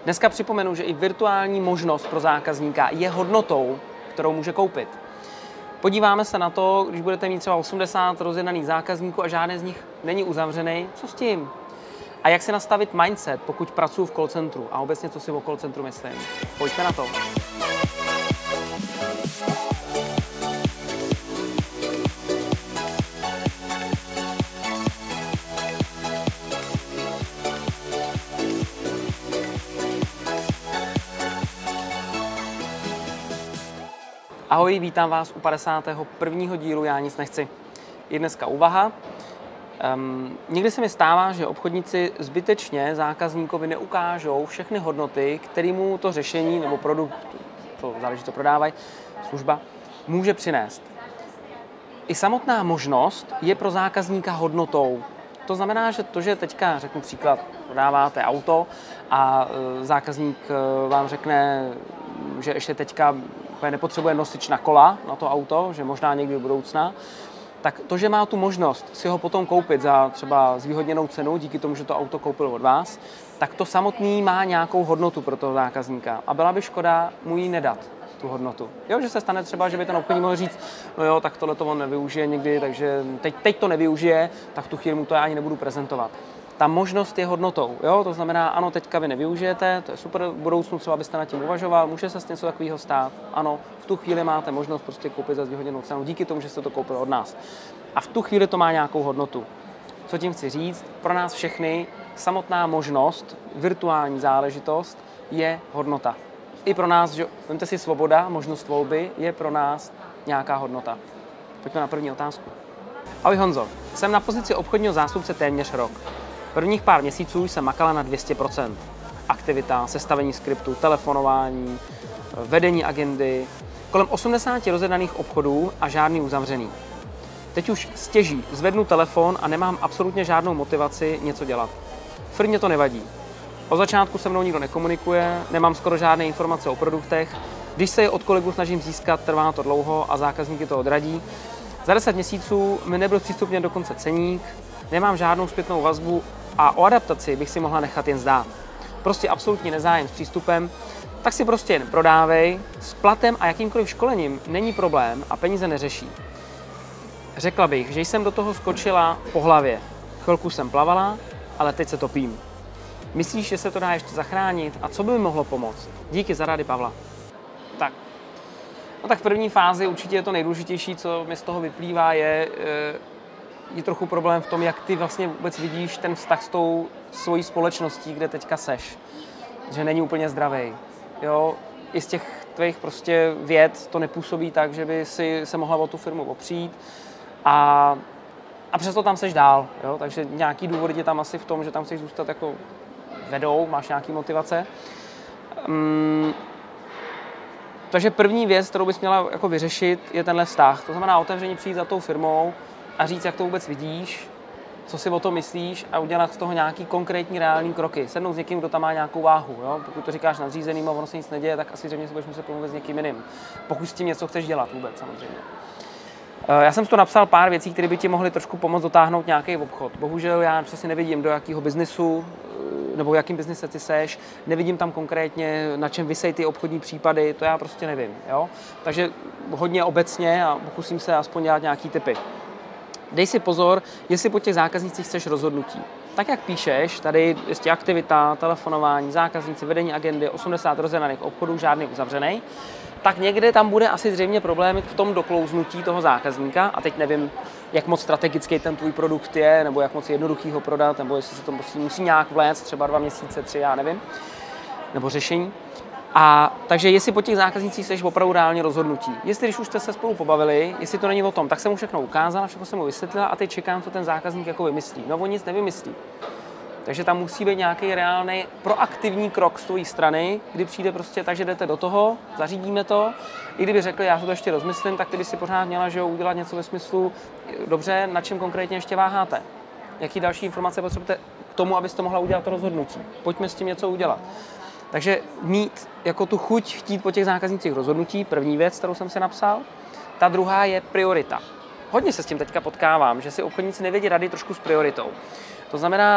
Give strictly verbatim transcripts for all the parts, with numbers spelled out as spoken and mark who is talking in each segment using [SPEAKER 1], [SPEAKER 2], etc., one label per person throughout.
[SPEAKER 1] Dneska připomenu, že i virtuální možnost pro zákazníka je hodnotou, kterou může koupit. Podíváme se na to, když budete mít třeba osmdesát rozjednaných zákazníků a žádný z nich není uzavřený, co s tím? A jak si nastavit mindset, pokud pracuji v call centru a obecně, co si o call centru myslím. Pojďme na to. Ahoj, vítám vás u padesátého prvního dílu Já nic nechci. Je dneska úvaha. Um, někdy se mi stává, že obchodníci zbytečně zákazníkovi neukážou všechny hodnoty, které mu to řešení nebo produkt, to záleží, co prodávají, služba, může přinést. I samotná možnost je pro zákazníka hodnotou. To znamená, že to, že teďka, řeknu příklad, prodáváte auto a zákazník vám řekne, že ještě teďka nepotřebuje nosič na kola na to auto, že možná někdy v budoucna, tak to, že má tu možnost si ho potom koupit za třeba zvýhodněnou cenu, díky tomu, že to auto koupil od vás, tak to samotný má nějakou hodnotu pro toho zákazníka. A byla by škoda mu ji nedat, tu hodnotu. Jo, že se stane třeba, že by ten obchodník mohl říct, no jo, tak tohle to on nevyužije někdy, takže teď, teď to nevyužije, tak v tu chvíli mu to já ani nebudu prezentovat. Ta možnost je hodnotou, jo? To znamená, ano, teďka vy nevyužijete, to je super, v budoucnu třeba byste nad tím uvažoval, může se s něco takového stát, ano, v tu chvíli máte možnost prostě koupit za zvýhodněnou cenu, díky tomu, že jste to koupil od nás. A v tu chvíli to má nějakou hodnotu. Co tím chci říct? Pro nás všechny samotná možnost, virtuální záležitost je hodnota. I pro nás, že vemte si svoboda, možnost volby, je pro nás nějaká hodnota. Pojďme na první otázku. Ahoj Honzo, jsem na pozici obchodního zástupce téměř rok. Prvních pár měsíců jsem makala na dvě stě procent. Aktivita, sestavení skriptu, telefonování, vedení agendy, kolem osmdesáti rozjednaných obchodů a žádný uzavřený. Teď už stěží zvednu telefon a nemám absolutně žádnou motivaci něco dělat. Firmě to nevadí. Od začátku se mnou nikdo nekomunikuje, nemám skoro žádné informace o produktech, když se je od kolegů snažím získat, trvá to dlouho a zákazníky to odradí. Za deset měsíců mi nebyl přístupně dokonce ceník, nemám žádnou zpětnou vazbu a o adaptaci bych si mohla nechat jen zdát. Prostě absolutní nezájem s přístupem, tak si prostě jen prodávej, s platem a jakýmkoliv školením není problém a peníze neřeší. Řekla bych, že jsem do toho skočila po hlavě. Chvilku jsem plavala, ale teď se topím. Myslíš, že se to dá ještě zachránit a co by mi mohlo pomoct? Díky za rady, Pavla. Tak. No tak v první fázi určitě je to nejdůležitější, co mi z toho vyplývá, je, je trochu problém v tom, jak ty vlastně vůbec vidíš ten vztah s tou svojí společností, kde teďka seš. Že není úplně zdravý. Jo? I z těch tvých prostě věd to nepůsobí tak, že by si se mohla o tu firmu opřít a, a přesto tam seš dál. Jo? Takže nějaký důvody tě tam asi v tom, že tam chceš zůstat jako vedou, máš nějaký motivace. Um, Takže první věc, kterou bys měla jako vyřešit, je tenhle vztah. To znamená otevřeně přijít za tou firmou a říct, jak to vůbec vidíš, co si o tom myslíš a udělat z toho nějaký konkrétní reální kroky. Sednout s někým, kdo tam má nějakou váhu. Jo? Pokud to říkáš nadřízeným a ono se nic neděje, tak asi zřejmě si budeš muset pomluvit s někým jiným. Pokud s tím něco chceš dělat vůbec, samozřejmě. Já jsem si to napsal pár věcí, které by ti mohly trošku pomoct dotáhnout nějaký obchod. Bohužel já přesně nevidím, do jakého biznesu nebo v jakým biznise ty seš, nevidím tam konkrétně, na čem visejí ty obchodní případy, to já prostě nevím. Jo? Takže hodně obecně a pokusím se aspoň dělat nějaký tipy. Dej si pozor, jestli po těch zákaznících chceš rozhodnutí. Tak jak píšeš, tady je aktivita, telefonování, zákazníci, vedení agendy, osmdesát rozjednaných obchodů, žádný uzavřený, tak někde tam bude asi zřejmě problémy v tom doklouznutí toho zákazníka a teď nevím, jak moc strategický ten tvůj produkt je, nebo jak moc jednoduchý ho prodat, nebo jestli se to musí, musí nějak vléct, třeba dva měsíce, tři, já nevím, nebo řešení. A takže jestli po těch zákaznících jsi opravdu reálně rozhodnutí. Jestli když už jste se spolu pobavili, jestli to není o tom, tak jsem mu všechno ukázala, všechno jsem mu vysvětlila a teď čekám, co ten zákazník jako vymyslí. No on nic nevymyslí. Takže tam musí být nějaký reálný proaktivní krok z tvojí strany, kdy přijde prostě tak, že jdete do toho, zařídíme to. I kdyby řekli, já to ještě rozmyslím, tak ty by si pořád měla, že udělat něco ve smyslu, dobře, na čem konkrétně ještě váháte. Jaký další informace potřebujete k tomu, abyste mohla udělat to rozhodnutí. Pojďme s tím něco udělat. Takže mít jako tu chuť chtít po těch zákaznících rozhodnutí, první věc, kterou jsem si napsal. Ta druhá je priorita. Hodně se s tím teďka potkávám, že si obchodníci nevědí rady trošku s prioritou. To znamená,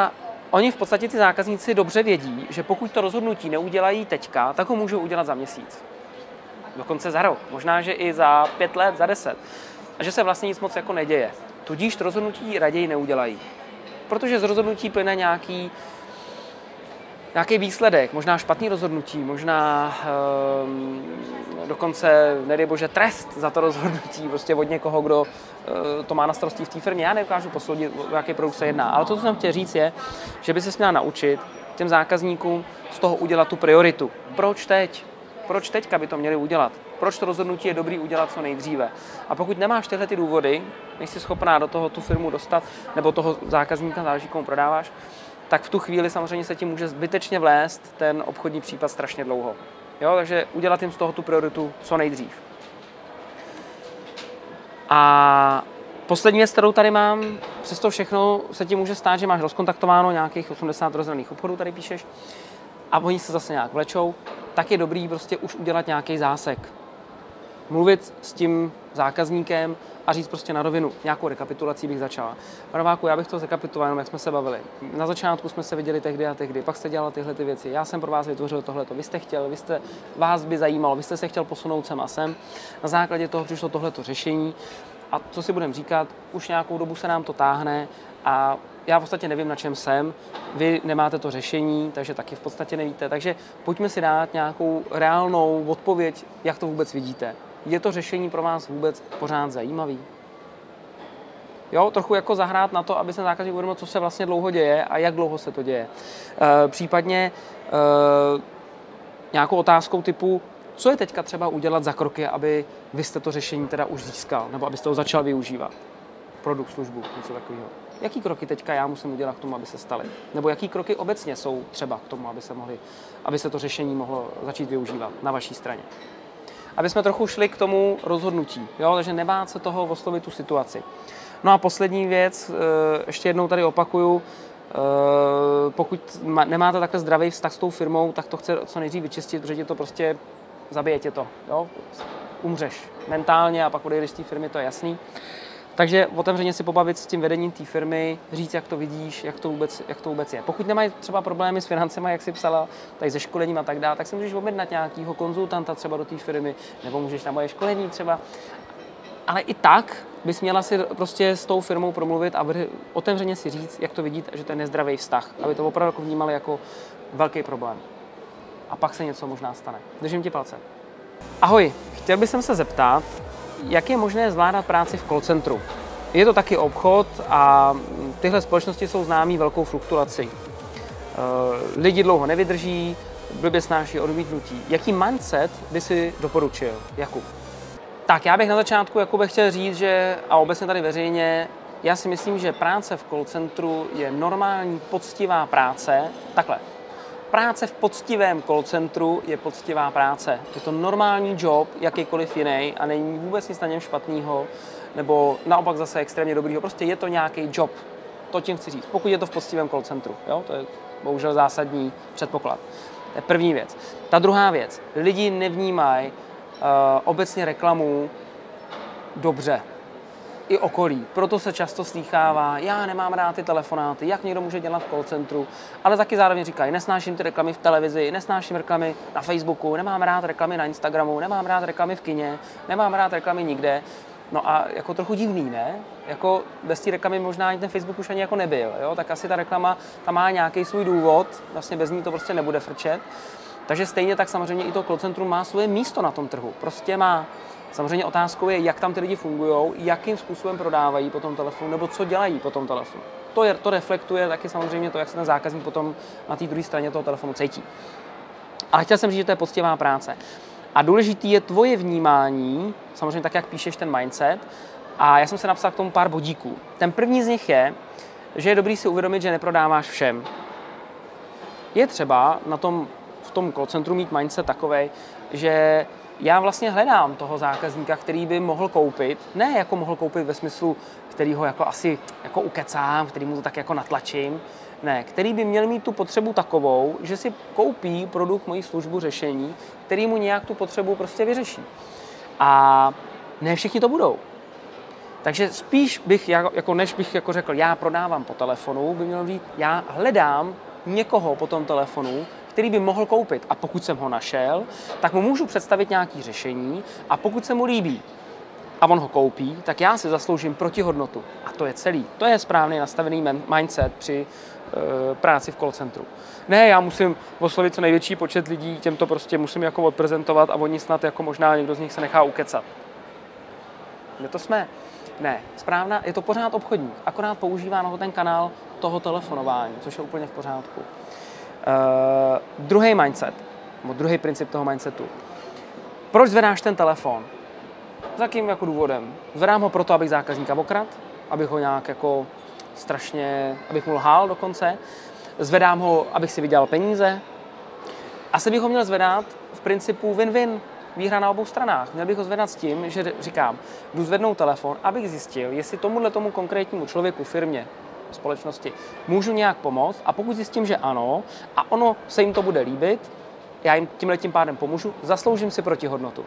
[SPEAKER 1] oni v podstatě ty zákazníci dobře vědí, že pokud to rozhodnutí neudělají teďka, tak ho můžou udělat za měsíc. Dokonce za rok, možná, že i za pět let, za deset. A že se vlastně nic moc jako neděje. Tudíž to rozhodnutí raději neudělají. Protože z rozhodnutí plyne nějaký, nějaký výsledek, možná špatný rozhodnutí, možná um, dokonce, nedej bože, trest za to rozhodnutí prostě od někoho, kdo uh, to má na starosti v té firmě. Já nedokážu posoudit, o jaký produkt se jedná. Ale to, co jsem chtěl říct, je, že by se měla naučit těm zákazníkům z toho udělat tu prioritu. Proč teď? Proč teďka by to měli udělat? Proč to rozhodnutí je dobrý udělat co nejdříve? A pokud nemáš tyhle ty důvody, nejsi schopná do toho tu firmu dostat, nebo toho zákazníka, záleží, komu prodáváš, tak v tu chvíli samozřejmě se ti může zbytečně vlézt ten obchodní případ strašně dlouho. Jo, takže udělat jim z toho tu prioritu co nejdřív. A poslední věc, kterou tady mám, přesto všechno se ti může stát, že máš rozkontaktováno nějakých osmdesát rozdělených obchodů, tady píšeš, a oni se zase nějak vlečou, tak je dobrý prostě už udělat nějaký zásek. Mluvit s tím zákazníkem a říct prostě na rovinu. Nějakou rekapitulací bych začala. Nováku, já bych to zrekapituloval, jenom jak jsme se bavili. Na začátku jsme se viděli tehdy a tehdy, pak jste dělal tyhle ty věci. Já jsem pro vás vytvořil tohleto. Vy jste chtěl, vy jste, vás by zajímalo, vy jste se chtěl posunout sem a sem. Na základě toho přišlo tohleto řešení. A co si budeme říkat, už nějakou dobu se nám to táhne a já v podstatě nevím, na čem jsem, vy nemáte to řešení, takže taky v podstatě nevíte. Takže pojďme si dát nějakou reálnou odpověď, jak to vůbec vidíte. Je to řešení pro vás vůbec pořád zajímavý? Jo, trochu jako zahrát na to, aby se zákazník uvědomil, co se vlastně dlouho děje a jak dlouho se to děje. E, případně e, nějakou otázkou typu, co je teďka třeba udělat za kroky, aby vy jste to řešení teda už získal, nebo abyste ho začal využívat. Produkt, službu, něco takového. Jaký kroky teďka já musím udělat k tomu, aby se staly? Nebo jaký kroky obecně jsou třeba k tomu, aby se, mohli, aby se to řešení mohlo začít využívat na vaší straně? Aby jsme trochu šli k tomu rozhodnutí, jo? Takže nebát se toho oslovit tu situaci. No a poslední věc, ještě jednou tady opakuju, pokud nemáte takhle zdravý vztah s tou firmou, tak to chce co nejdřív vyčistit, protože tě to prostě zabije tě to, jo? Umřeš mentálně a pak odejdeš z té firmy, to je jasný. Takže otevřeně si pobavit s tím vedením té firmy, říct, jak to vidíš, jak to vůbec, jak to vůbec je. Pokud nemají třeba problémy s financemi, jak si psala, tady se školením a tak dále, tak si můžeš objednat nějakého konzultanta třeba do té firmy, nebo můžeš na moje školení třeba. Ale i tak bys měla si prostě s tou firmou promluvit a otevřeně si říct, jak to vidíte, že to je nezdravý vztah, aby to opravdu jako vnímali jako velký problém. A pak se něco možná stane. Držím ti palce. Ahoj, chtěl bych se zeptat, jak je možné zvládat práci v call centru? Je to taky obchod a tyhle společnosti jsou známý velkou fluktuací. Lidi dlouho nevydrží, blbě snáší odmítnutí. Jaký mindset by si doporučil, Jakub? Tak já bych na začátku Jakube chtěl říct, že, a obecně tady veřejně, já si myslím, že práce v call centru je normální, poctivá práce. Takhle. Práce v poctivém call centru je poctivá práce. Je to normální job, jakýkoliv jiný a není vůbec nic na něm špatného, nebo naopak zase extrémně dobrýho. Prostě je to nějaký job. To tím chci říct. Pokud je to v poctivém call centru. Jo? To je bohužel zásadní předpoklad. To je první věc. Ta druhá věc. Lidi nevnímají uh, obecně reklamu dobře. I okolí. Proto se často slýchává, já nemám rád ty telefonáty, jak někdo může dělat v call centru, ale taky zároveň říkají, nesnáším ty reklamy v televizi, nesnáším reklamy na Facebooku, nemám rád reklamy na Instagramu, nemám rád reklamy v kině, nemám rád reklamy nikde. No a jako trochu divný, ne? Jako bez té reklamy možná ani ten Facebook už ani jako nebyl, jo? Tak asi ta reklama tam má nějaký svůj důvod, vlastně bez ní to prostě nebude frčet. Takže stejně tak samozřejmě i to call centrum má svoje místo na tom trhu, prostě má. Samozřejmě otázkou je, jak tam ty lidi fungují, jakým způsobem prodávají po tom telefonu, nebo co dělají po tom telefonu. To, je, to reflektuje taky samozřejmě to, jak se ten zákazník potom na té druhé straně toho telefonu cítí. Ale chtěl jsem říct, že to je poctivá práce. A důležitý je tvoje vnímání, samozřejmě tak, jak píšeš ten mindset. A já jsem se napsal k tomu pár bodíků. Ten první z nich je, že je dobrý si uvědomit, že neprodáváš všem. Je třeba na tom, v tom call centru mít mindset takovej, že já vlastně hledám toho zákazníka, který by mohl koupit, ne jako mohl koupit ve smyslu, který ho jako asi jako ukecám, který mu to tak jako natlačím, ne, který by měl mít tu potřebu takovou, že si koupí produkt, moji službu, řešení, který mu nějak tu potřebu prostě vyřeší. A ne všichni to budou. Takže spíš bych, jako než bych jako řekl, já prodávám po telefonu, by mělo být, já hledám někoho po tom telefonu, který by mohl koupit. A pokud jsem ho našel, tak mu můžu představit nějaké řešení a pokud se mu líbí a on ho koupí, tak já si zasloužím protihodnotu. A to je celý. To je správný nastavený mindset při e, práci v call centru. Ne, já musím oslovit co největší počet lidí, těm to prostě musím jako odprezentovat a oni snad jako možná někdo z nich se nechá ukecat. Kde to jsme? Ne, správná, je to pořád obchodník, akorát používá na to ten kanál toho telefonování, což je úplně v pořádku. Uh, druhý mindset, nebo druhý princip toho mindsetu. Proč zvedáš ten telefon? S jakým jako důvodem? Zvedám ho proto, abych zákazníka okradl, abych ho nějak jako strašně, abych mu lhal dokonce. Zvedám ho, abych si vydělal peníze. Asi bych ho měl zvedat v principu win-win, výhra na obou stranách. Měl bych ho zvedat s tím, že říkám, jdu zvednout telefon, abych zjistil, jestli tomuhle tomu konkrétnímu člověku, firmě, společnosti můžu nějak pomoct a pokud zjistím, že ano a ono se jim to bude líbit, já jim tímhletím pádem pomůžu, zasloužím si protihodnotu.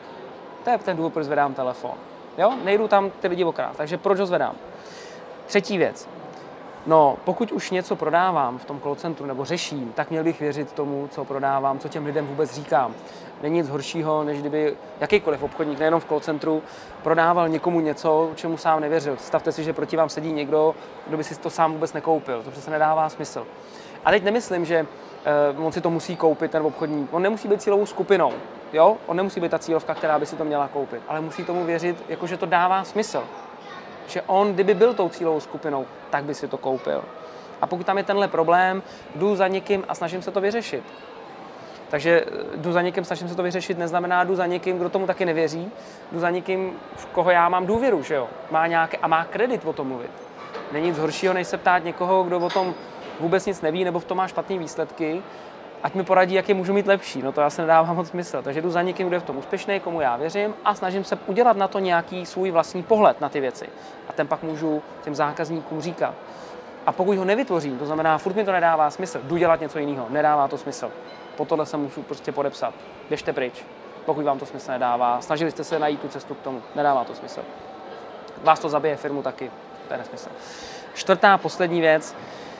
[SPEAKER 1] To je ten důvod, proč zvedám telefon. Jo? Nejdu tam ty lidi okrát, takže proč ho zvedám? Třetí věc. No, pokud už něco prodávám v tom call centru nebo řeším, tak měl bych věřit tomu, co prodávám, co těm lidem vůbec říkám. Není nic horšího, než kdyby jakýkoliv obchodník, nejenom v call centru, prodával někomu něco, čemu sám nevěřil. Představte si, že proti vám sedí někdo, kdo by si to sám vůbec nekoupil. To přece nedává smysl. A teď nemyslím, že uh, on si to musí koupit, ten obchodník. On nemusí být cílovou skupinou. Jo? On nemusí být ta cílovka, která by si to měla koupit. Ale musí tomu věřit, jakože to dává smysl. Že on, kdyby byl tou cílovou skupinou, tak by si to koupil. A pokud tam je tenhle problém, jdu za někým a snažím se to vyřešit. Takže jdu za někým, snažím se to vyřešit, neznamená jdu za někým, kdo tomu taky nevěří. Jdu za někým, v koho já mám důvěru, že jo? Má nějaké, a má kredit o tom mluvit. Není nic horšího, než se ptát někoho, kdo o tom vůbec nic neví, nebo v tom má špatné výsledky, ať mi poradí, jak je můžu mít lepší. No to já se nedává moc smysl. Takže jdu za někým, kdo je v tom úspěšný, komu já věřím a snažím se udělat na to nějaký svůj vlastní pohled na ty věci. A ten pak můžu těm zákazníkům říkat. A pokud ho nevytvořím, to znamená, furt mi to nedává smysl, jdu dělat něco jiného, nedává to smysl. Po tohle se můžu prostě podepsat. Běžte pryč, pokud vám to smysl nedává. Snažili jste se najít tu cestu k tomu, nedává to smysl. Vás to zabije, firmu taky, to je nesmysl. Čtvrtá, poslední věc.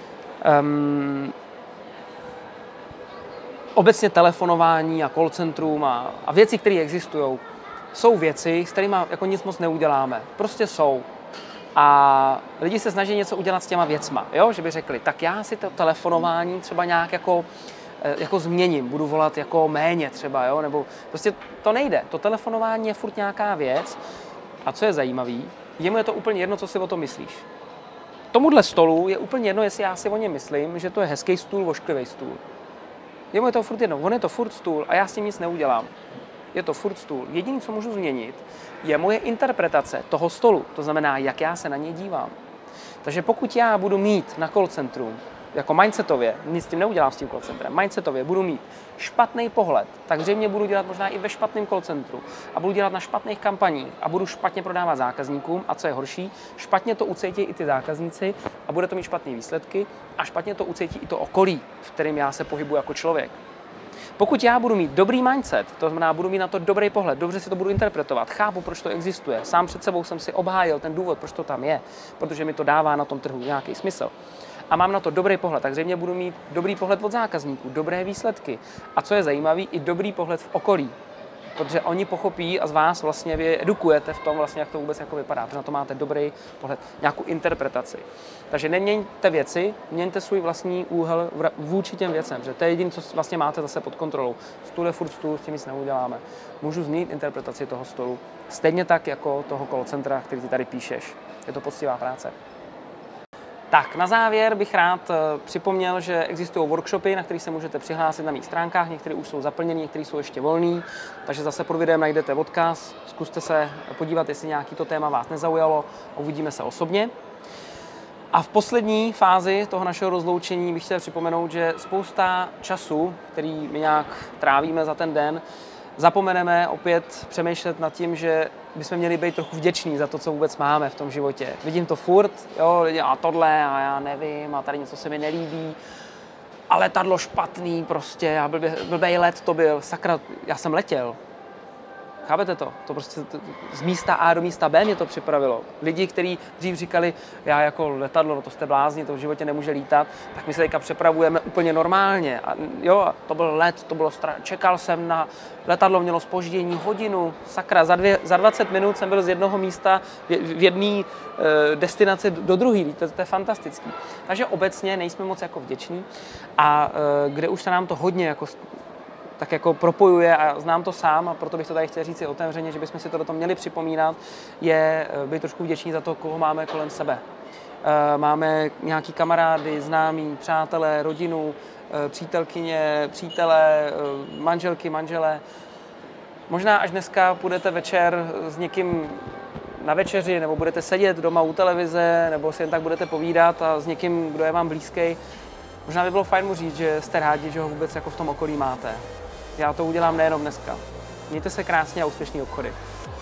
[SPEAKER 1] Um, Obecně telefonování a call centrum a, a věci, které existují, jsou věci, s kterými jako nic moc neuděláme. Prostě jsou. A lidi se snaží něco udělat s těma věcma, jo? Že by řekli, tak já si to telefonování třeba nějak jako, jako změním, budu volat jako méně třeba, jo? Nebo prostě to nejde. To telefonování je furt nějaká věc a co je zajímavý, jemu je to úplně jedno, co si o tom myslíš. Tomuhle stolu je úplně jedno, jestli já si o něm myslím, že to je hezký stůl, vošklivý stůl. Jemu je to furt jedno, on je to furt stůl a já s tím nic neudělám. Je to furt stůl. Jediné, co můžu změnit, je moje interpretace toho stolu. To znamená, jak já se na něj dívám. Takže pokud já budu mít na call centru, jako mindsetově, nic s tím neudělám s tím call centrem, mindsetově budu mít špatný pohled, tak zřejmě budu dělat možná i ve špatném call centru a budu dělat na špatných kampaních a budu špatně prodávat zákazníkům a co je horší, špatně to ucítí i ty zákazníci a bude to mít špatné výsledky a špatně to ucítí i to okolí, v kterém já se pohybuji jako člověk. Pokud já budu mít dobrý mindset, to znamená, budu mít na to dobrý pohled, dobře si to budu interpretovat, chápu, proč to existuje, sám před sebou jsem si obhájil ten důvod, proč to tam je, protože mi to dává na tom trhu nějaký smysl. A mám na to dobrý pohled, tak zřejmě budu mít dobrý pohled od zákazníků, dobré výsledky. A co je zajímavé, i dobrý pohled v okolí. Protože oni pochopí a z vás vlastně vy edukujete v tom, vlastně, jak to vůbec jako vypadá, protože na to máte dobrý pohled, nějakou interpretaci. Takže neměňte věci, měňte svůj vlastní úhel vůči těm věcem, že to je jediné, co vlastně máte zase pod kontrolou. Stůl je furt stůl, s tím nic neuděláme. Můžu změnit interpretaci toho stolu, stejně tak jako toho call centra, který ty tady píšeš. Je to poctivá práce. Tak, na závěr bych rád připomněl, že existují workshopy, na které se můžete přihlásit na mých stránkách. Některé už jsou zaplněné, některé jsou ještě volné, takže zase pod videem najdete odkaz. Zkuste se podívat, jestli nějaký to téma vás nezaujalo. Uvidíme se osobně. A v poslední fázi toho našeho rozloučení bych chtěl připomenout, že spousta času, který my nějak trávíme za ten den, zapomeneme opět přemýšlet nad tím, že bychom měli být trochu vděční za to, co vůbec máme v tom životě. Vidím to furt, jo, lidi, a tohle, a já nevím, a tady něco se mi nelíbí, a letadlo špatný prostě, a blbě, blbej let to byl, sakra, já jsem letěl. Chápete to? To prostě t- z místa A do místa B mě to připravilo. Lidi, kteří dřív říkali, já jako letadlo, no to jste blázni, to v životě nemůže lítat, tak my se teďka přepravujeme úplně normálně. A jo, a to byl let, to bylo stra... Čekal jsem na letadlo, mělo zpoždění hodinu, sakra, za, dvě, za dvacet minut jsem byl z jednoho místa v, v jedné e, destinaci do druhé, to, to je fantastický. Takže obecně nejsme moc jako vděční a e, kde už se nám to hodně jako tak jako propojuje a znám to sám a proto bych to tady chtěl říct si otevřeně, že bychom si to do toho měli připomínat, je být trošku vděční za to, koho máme kolem sebe. Máme nějaký kamarády, známí, přátelé, rodinu, přítelkyně, přítele, manželky, manžele. Možná až dneska půjdete večer s někým na večeři, nebo budete sedět doma u televize, nebo si jen tak budete povídat a s někým, kdo je vám blízký. Možná by bylo fajn mu říct, že jste rádi, že ho vůbec jako v tom okolí máte. Já to udělám nejenom dneska. Mějte se krásně a úspěšný obchody.